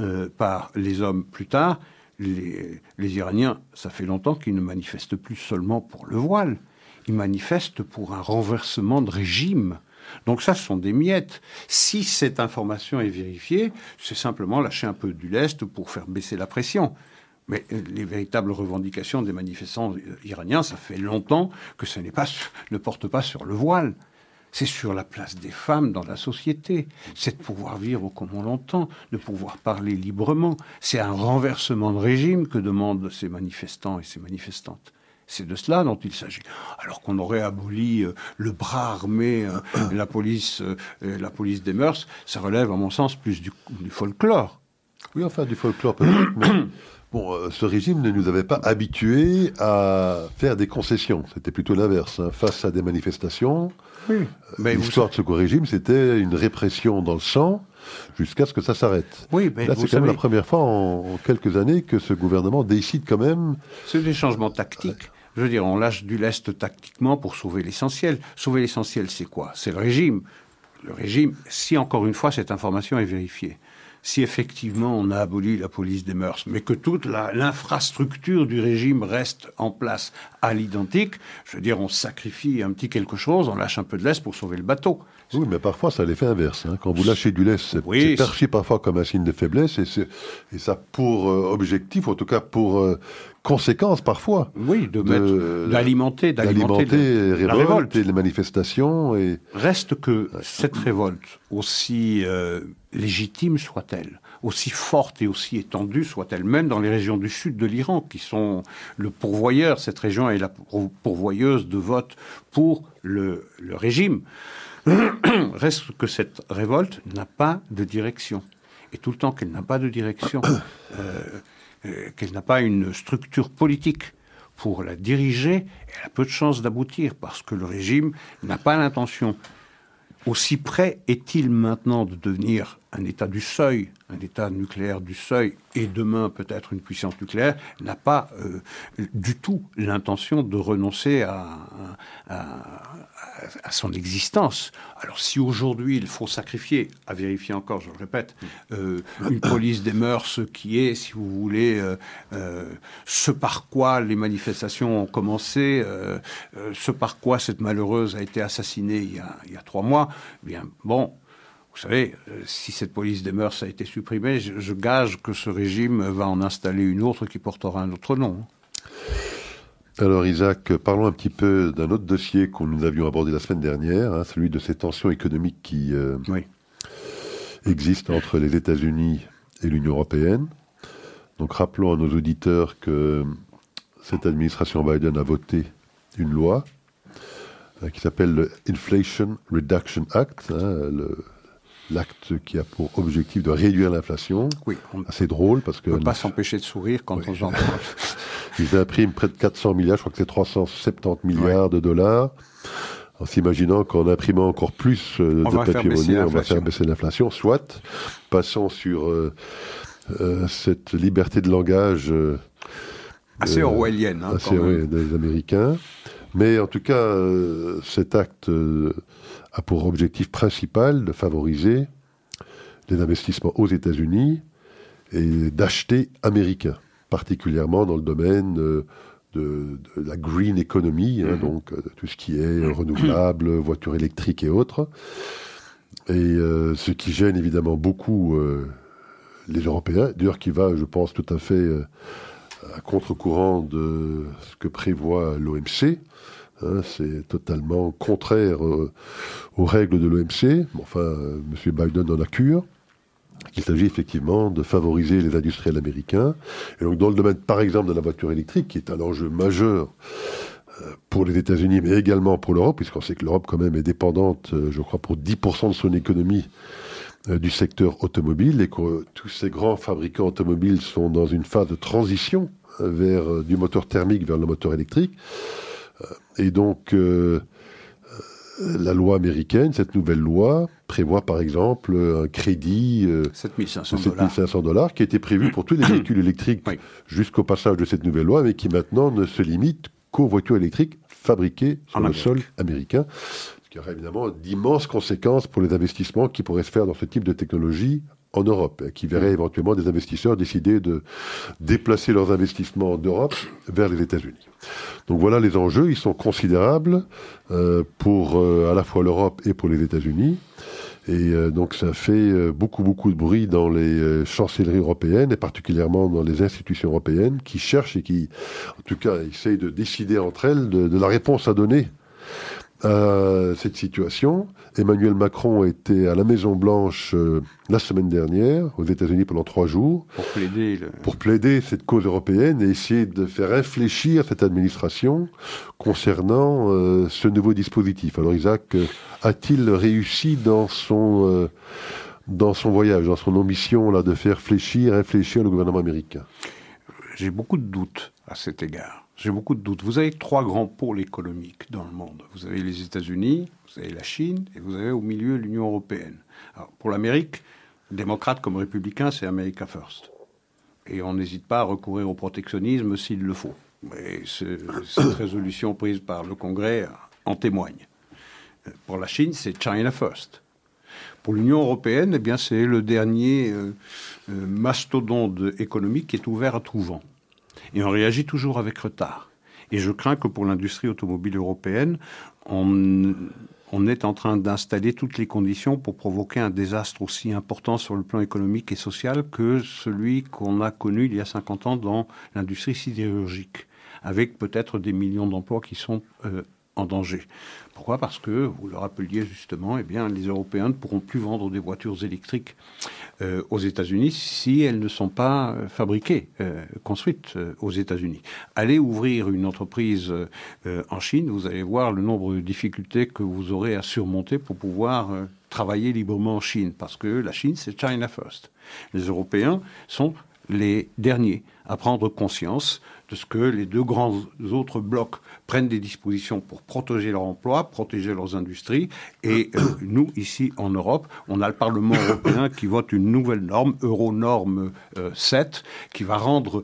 par les hommes plus tard, les Iraniens, ça fait longtemps qu'ils ne manifestent plus seulement pour le voile. Ils manifestent pour un renversement de régime. Donc ça, ce sont des miettes. Si cette information est vérifiée, c'est simplement lâcher un peu du lest pour faire baisser la pression. Mais les véritables revendications des manifestants iraniens, ça fait longtemps que ne porte pas sur le voile. C'est sur la place des femmes dans la société. C'est de pouvoir vivre comme on l'entend, de pouvoir parler librement. C'est un renversement de régime que demandent ces manifestants et ces manifestantes. C'est de cela dont il s'agit. Alors qu'on aurait aboli le bras armé, la police des mœurs, ça relève, à mon sens, plus du folklore. Oui, enfin, du folklore peut-être, mais bon, ce régime ne nous avait pas habitués à faire des concessions. C'était plutôt l'inverse. Face à des manifestations, oui, l'histoire de ce régime, c'était une répression dans le sang jusqu'à ce que ça s'arrête. Oui, mais là, c'est quand même la première fois en quelques années que ce gouvernement décide quand même... C'est des changements tactiques. Je veux dire, on lâche du lest tactiquement pour sauver l'essentiel. Sauver l'essentiel, c'est quoi ? C'est le régime. Le régime, si encore une fois cette information est vérifiée, si effectivement on a aboli la police des mœurs, mais que toute l'infrastructure du régime reste en place à l'identique, je veux dire, on sacrifie un petit quelque chose, on lâche un peu de lest pour sauver le bateau. Oui, mais parfois ça a l'effet inverse. Quand vous lâchez du lest, c'est perçu parfois comme un signe de faiblesse, et ça pour objectif, en tout cas pour conséquence parfois. Oui, d'alimenter la révolte et les manifestations. Reste que cette révolte, aussi légitime soit-elle, aussi forte et aussi étendue soit-elle, même dans les régions du sud de l'Iran, qui sont le pourvoyeur, cette région est la pourvoyeuse de vote pour le régime, reste que cette révolte n'a pas de direction. Et tout le temps qu'elle n'a pas de direction, qu'elle n'a pas une structure politique pour la diriger, elle a peu de chances d'aboutir, parce que le régime n'a pas l'intention. Aussi près est-il maintenant de devenir un État du seuil, un État nucléaire du seuil, et demain peut-être une puissance nucléaire, n'a pas du tout l'intention de renoncer à son existence. Alors si aujourd'hui il faut sacrifier, à vérifier encore, je le répète, une police des mœurs qui est, si vous voulez, ce par quoi les manifestations ont commencé, ce par quoi cette malheureuse a été assassinée il y a 3 mois, eh bien bon... Vous savez, si cette police des mœurs a été supprimée, je gage que ce régime va en installer une autre qui portera un autre nom. Alors Isaac, parlons un petit peu d'un autre dossier que nous avions abordé la semaine dernière, celui de ces tensions économiques qui existent entre les États-Unis et l'Union européenne. Donc rappelons à nos auditeurs que cette administration Biden a voté une loi qui s'appelle le Inflation Reduction Act, l'acte qui a pour objectif de réduire l'inflation. Oui, assez drôle parce que... On ne peut pas s'empêcher de sourire quand on entend. Ils impriment près de 400 milliards, je crois que c'est 370 milliards de dollars, en s'imaginant qu'en imprimant encore plus de papier monnaie, on va faire baisser l'inflation. Soit, passons sur cette liberté de langage... assez orwellienne. Des Américains. Mais en tout cas, cet acte a pour objectif principal de favoriser les investissements aux États-Unis et d'acheter américain, particulièrement dans le domaine de la green economy, donc tout ce qui est renouvelable, voitures électriques et autres. Et ce qui gêne évidemment beaucoup les Européens, d'ailleurs qui va, je pense, tout à fait à contre-courant de ce que prévoit l'OMC. C'est totalement contraire aux règles de l'OMC. Enfin, M. Biden en a cure. Il s'agit effectivement de favoriser les industriels américains. Et donc, dans le domaine, par exemple, de la voiture électrique, qui est un enjeu majeur pour les États-Unis, mais également pour l'Europe, puisqu'on sait que l'Europe, quand même, est dépendante, je crois, pour 10% de son économie du secteur automobile, et que tous ces grands fabricants automobiles sont dans une phase de transition vers du moteur thermique vers le moteur électrique. Et donc, la loi américaine, cette nouvelle loi, prévoit par exemple un crédit de 7 500 $, qui était prévu pour tous les véhicules électriques jusqu'au passage de cette nouvelle loi, mais qui maintenant ne se limite qu'aux voitures électriques fabriquées sur le sol américain. Ce qui aurait évidemment d'immenses conséquences pour les investissements qui pourraient se faire dans ce type de technologie en Europe, qui verraient éventuellement des investisseurs décider de déplacer leurs investissements d'Europe vers les États-Unis. Donc voilà les enjeux, ils sont considérables pour à la fois l'Europe et pour les États-Unis. Et donc ça fait beaucoup de bruit dans les chancelleries européennes, et particulièrement dans les institutions européennes, qui cherchent et qui, en tout cas, essayent de décider entre elles de la réponse à donner à cette situation. Emmanuel Macron était à la Maison-Blanche la semaine dernière, aux États-Unis pendant 3 jours, pour plaider cette cause européenne et essayer de faire réfléchir cette administration concernant ce nouveau dispositif. Alors Isaac, a-t-il réussi dans son voyage, dans son ambition là, de faire réfléchir le gouvernement américain? J'ai beaucoup de doutes à cet égard. J'ai beaucoup de doutes. Vous avez 3 grands pôles économiques dans le monde. Vous avez les États-Unis, vous avez la Chine, et vous avez au milieu l'Union européenne. Alors, pour l'Amérique, démocrate comme républicain, c'est America First. Et on n'hésite pas à recourir au protectionnisme s'il le faut. Mais cette résolution prise par le Congrès en témoigne. Pour la Chine, c'est China First. Pour l'Union européenne, eh bien, c'est le dernier mastodonte économique qui est ouvert à tout vent. Et on réagit toujours avec retard. Et je crains que pour l'industrie automobile européenne, on est en train d'installer toutes les conditions pour provoquer un désastre aussi important sur le plan économique et social que celui qu'on a connu il y a 50 ans dans l'industrie sidérurgique, avec peut-être des millions d'emplois qui sont en danger. Pourquoi ? Parce que, vous le rappeliez justement, eh bien, les Européens ne pourront plus vendre des voitures électriques aux États-Unis si elles ne sont pas fabriquées, construites aux États-Unis. Allez ouvrir une entreprise en Chine, vous allez voir le nombre de difficultés que vous aurez à surmonter pour pouvoir travailler librement en Chine, parce que la Chine, c'est China First. Les Européens sont les derniers à prendre conscience de ce que les deux grands autres blocs prennent des dispositions pour protéger leur emploi, protéger leurs industries. Et nous, ici en Europe, on a le Parlement européen qui vote une nouvelle norme, Euronorme 7, qui va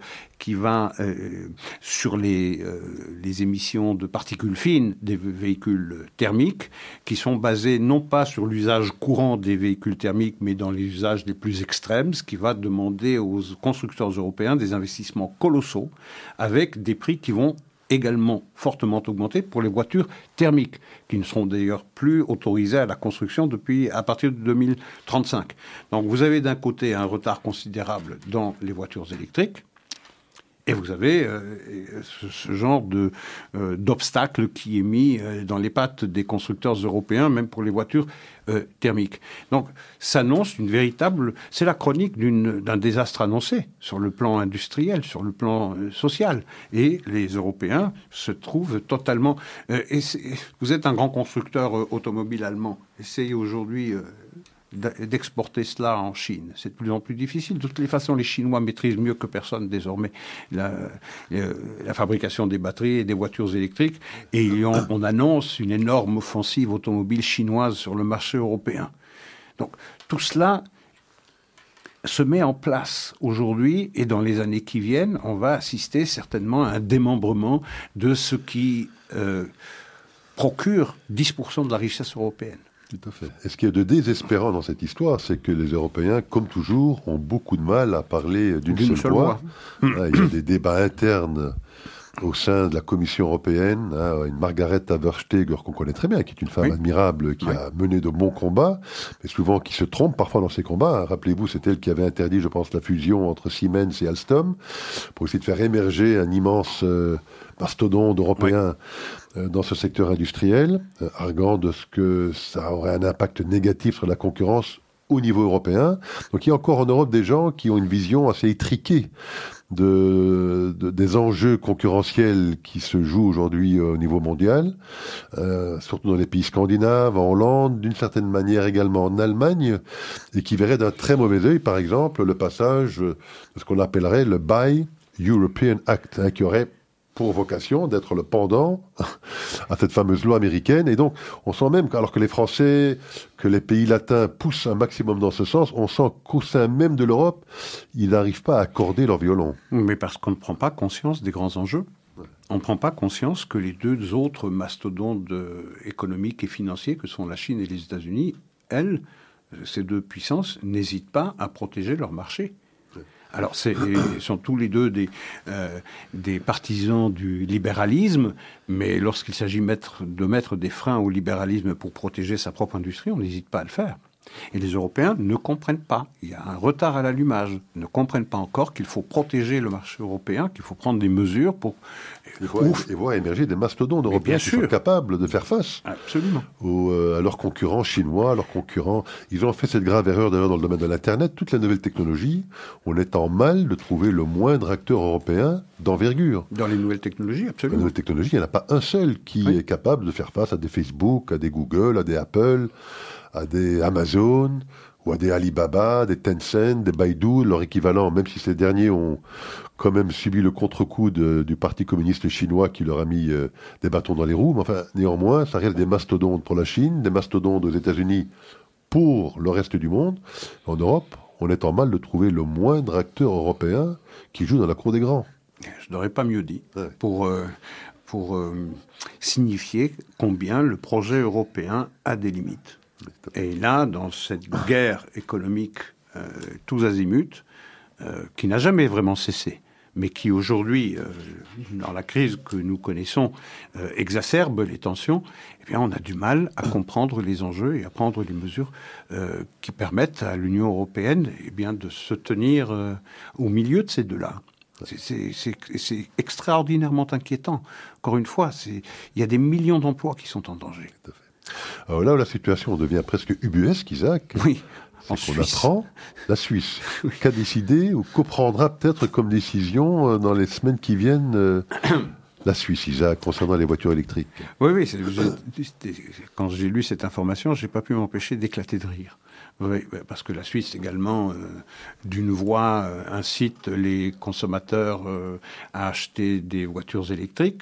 sur les émissions de particules fines des véhicules thermiques, qui sont basées non pas sur l'usage courant des véhicules thermiques, mais dans les usages les plus extrêmes, ce qui va demander aux constructeurs européens des investissements colossaux, avec des prix qui vont également fortement augmenter pour les voitures thermiques, qui ne seront d'ailleurs plus autorisées à la construction à partir de 2035. Donc vous avez d'un côté un retard considérable dans les voitures électriques, et vous avez ce genre d'obstacle qui est mis dans les pattes des constructeurs européens, même pour les voitures thermiques. Donc, s'annonce c'est la chronique d'un désastre annoncé sur le plan industriel, sur le plan social. Et les Européens se trouvent totalement... vous êtes un grand constructeur automobile allemand. Essayez aujourd'hui... d'exporter cela en Chine. C'est de plus en plus difficile. De toutes les façons, les Chinois maîtrisent mieux que personne désormais la fabrication des batteries et des voitures électriques. Et on annonce une énorme offensive automobile chinoise sur le marché européen. Donc tout cela se met en place aujourd'hui, et dans les années qui viennent, on va assister certainement à un démembrement de ce qui procure 10% de la richesse européenne. Tout à fait. Et ce qui est de désespérant dans cette histoire, c'est que les Européens, comme toujours, ont beaucoup de mal à parler d'une seule voix. Il y a des débats internes au sein de la Commission européenne. Une Margaret Verstappen, qu'on connaît très bien, qui est une femme admirable, qui a mené de bons combats, mais souvent qui se trompe parfois dans ses combats. Rappelez-vous, c'est elle qui avait interdit, je pense, la fusion entre Siemens et Alstom, pour essayer de faire émerger un immense mastodonte européen dans ce secteur industriel, arguant de ce que ça aurait un impact négatif sur la concurrence au niveau européen. Donc il y a encore en Europe des gens qui ont une vision assez étriquée des enjeux concurrentiels qui se jouent aujourd'hui au niveau mondial, surtout dans les pays scandinaves, en Hollande, d'une certaine manière également en Allemagne, et qui verraient d'un très mauvais œil, par exemple, le passage de ce qu'on appellerait le Buy European Act, qui aurait pour vocation d'être le pendant à cette fameuse loi américaine. Et donc, on sent même, alors que les Français, que les pays latins poussent un maximum dans ce sens, on sent qu'au sein même de l'Europe, ils n'arrivent pas à accorder leur violon. Mais parce qu'on ne prend pas conscience des grands enjeux. On ne prend pas conscience que les deux autres mastodontes économiques et financiers, que sont la Chine et les États-Unis, ces deux puissances, n'hésitent pas à protéger leur marché. Alors, ils sont tous les deux des partisans du libéralisme, mais lorsqu'il s'agit de mettre des freins au libéralisme pour protéger sa propre industrie, on n'hésite pas à le faire. Et les Européens ne comprennent pas. Il y a un retard à l'allumage. Ils ne comprennent pas encore qu'il faut protéger le marché européen, qu'il faut prendre des mesures pour... Et voir émerger des mastodontes européens qui sont capables de faire face à leurs concurrents chinois, à leurs concurrents. Ils ont fait cette grave erreur d'ailleurs dans le domaine de l'Internet. Toutes les nouvelles technologies, on est en mal de trouver le moindre acteur européen d'envergure. Dans les nouvelles technologies, absolument. Dans les nouvelles technologies, il n'y en a pas un seul qui est capable de faire face à des Facebook, à des Google, à des Apple, à des Amazon, ou à des Alibaba, des Tencent, des Baidu, leur équivalent, même si ces derniers ont quand même subi le contre-coup du Parti communiste chinois qui leur a mis des bâtons dans les roues. Mais enfin, néanmoins, ça reste des mastodontes pour la Chine, des mastodontes aux États-Unis pour le reste du monde. En Europe, on est en mal de trouver le moindre acteur européen qui joue dans la cour des grands. Je n'aurais pas mieux dit. Pour signifier combien le projet européen a des limites. Et là, dans cette guerre économique tous azimuts, qui n'a jamais vraiment cessé, mais qui aujourd'hui, dans la crise que nous connaissons, exacerbe les tensions, eh bien, on a du mal à comprendre les enjeux et à prendre les mesures qui permettent à l'Union européenne de se tenir au milieu de ces deux-là. C'est extraordinairement inquiétant. Encore une fois, il y a des millions d'emplois qui sont en danger. Tout à fait. Alors là où la situation devient presque ubuesque, Isaac, c'est qu'on apprend la Suisse, qu'a décidé ou qu'prendra peut-être comme décision dans les semaines qui viennent la Suisse, Isaac, concernant les voitures électriques. Oui, quand j'ai lu cette information, je n'ai pas pu m'empêcher d'éclater de rire. Oui, parce que la Suisse également, d'une voix, incite les consommateurs à acheter des voitures électriques.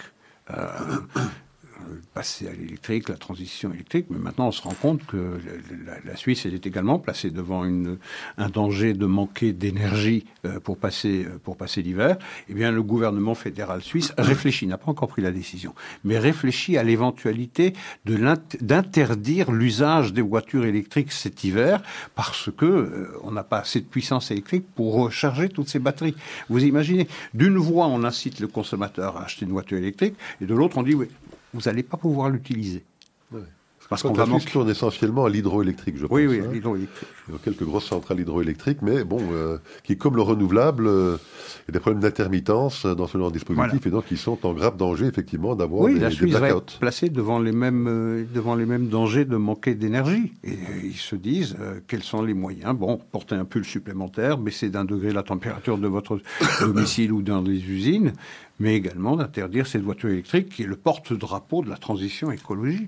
Passer à l'électrique, la transition électrique, mais maintenant on se rend compte que la Suisse elle est également placée devant un danger de manquer d'énergie pour passer l'hiver. Eh bien, le gouvernement fédéral suisse réfléchit, n'a pas encore pris la décision, mais réfléchit à l'éventualité d'interdire l'usage des voitures électriques cet hiver parce que on n'a pas assez de puissance électrique pour recharger toutes ces batteries. Vous imaginez, d'une voix on incite le consommateur à acheter une voiture électrique et de l'autre on dit oui, vous n'allez pas pouvoir l'utiliser. Ouais. Parce qu'on va manquer. Tourne essentiellement à l'hydroélectrique, je pense. Oui, l'hydroélectrique. Il y a quelques grosses centrales hydroélectriques, mais bon, qui, comme le renouvelable, il y a des problèmes d'intermittence dans ce genre de dispositif, voilà. Et donc ils sont en grave danger, effectivement, d'avoir des blackouts. Oui, la Suisse va être placée devant les mêmes dangers de manquer d'énergie. Et ils se disent, quels sont les moyens ? Bon, porter un pull supplémentaire, baisser d'1 degré la température de votre domicile ou dans les usines, mais également d'interdire cette voiture électrique qui est le porte-drapeau de la transition écologique.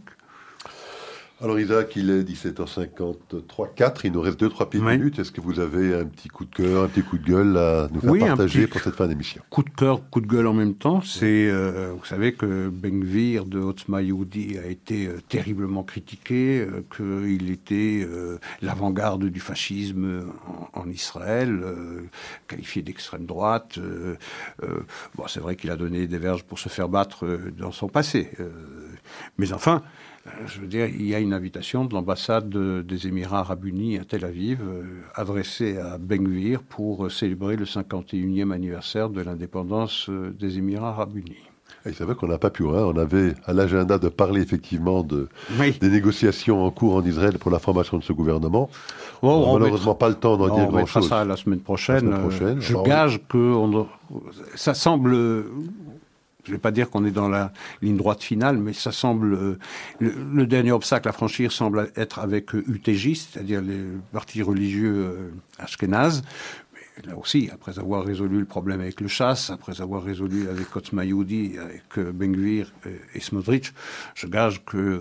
Alors Isaac, il est 17h53, il nous reste 2-3 petites minutes. Est-ce que vous avez un petit coup de cœur, un petit coup de gueule à nous faire partager pour cette fin d'émission ? Coup de cœur, coup de gueule en même temps. C'est, vous savez que Ben-Gvir de Otzma Yehudi a été terriblement critiqué, qu'il était l'avant-garde du fascisme en Israël, qualifié d'extrême droite. Bon, c'est vrai qu'il a donné des verges pour se faire battre dans son passé. Mais enfin... Je veux dire, il y a une invitation de l'ambassade des Émirats Arabes Unis à Tel Aviv adressée à Ben-Gvir pour célébrer le 51e anniversaire de l'indépendance des Émirats Arabes Unis. Et c'est vrai qu'on n'a pas pu, on avait à l'agenda de parler effectivement des négociations en cours en Israël pour la formation de ce gouvernement. On n'a malheureusement pas le temps d'en dire grand-chose. On mettra ça la semaine prochaine. Je gage que ça semble... Je ne vais pas dire qu'on est dans la ligne droite finale, mais ça semble... le dernier obstacle à franchir semble être avec UTJ, c'est-à-dire les partis religieux ashkénazes. Mais là aussi, après avoir résolu le problème avec le Chasse, après avoir résolu avec Otzma Yehudi, avec Ben-Gvir et Smotrich, je gage que...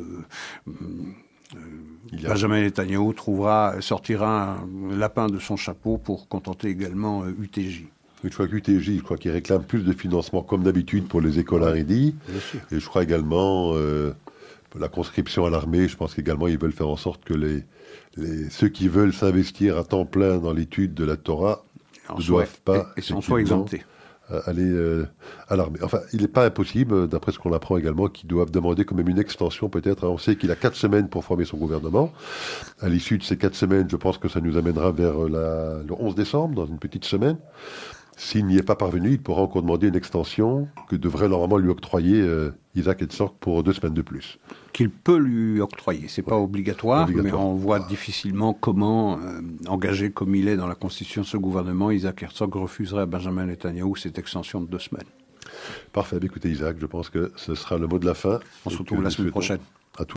Benjamin Netanyahu sortira un lapin de son chapeau pour contenter également UTJ. Je crois qu'UTJ, qu'il réclame plus de financement comme d'habitude pour les écoles Haredi. Et je crois également la conscription à l'armée. Je pense qu'également ils veulent faire en sorte que ceux qui veulent s'investir à temps plein dans l'étude de la Torah ne doivent pas soient exemptés. Aller à l'armée. Enfin, il n'est pas impossible, d'après ce qu'on apprend également, qu'ils doivent demander quand même une extension peut-être. On sait qu'il a 4 semaines pour former son gouvernement. À l'issue de ces 4 semaines, je pense que ça nous amènera vers le 11 décembre, dans une petite semaine. S'il n'y est pas parvenu, il pourra encore demander une extension que devrait normalement lui octroyer Isaac Herzog pour 2 semaines de plus. Qu'il peut lui octroyer. C'est pas obligatoire, mais on voit difficilement comment, engagé comme il est dans la constitution de ce gouvernement, Isaac Herzog refuserait à Benjamin Netanyahu cette extension de 2 semaines. Parfait. Écoutez Isaac, je pense que ce sera le mot de la fin. On se retrouve la semaine prochaine.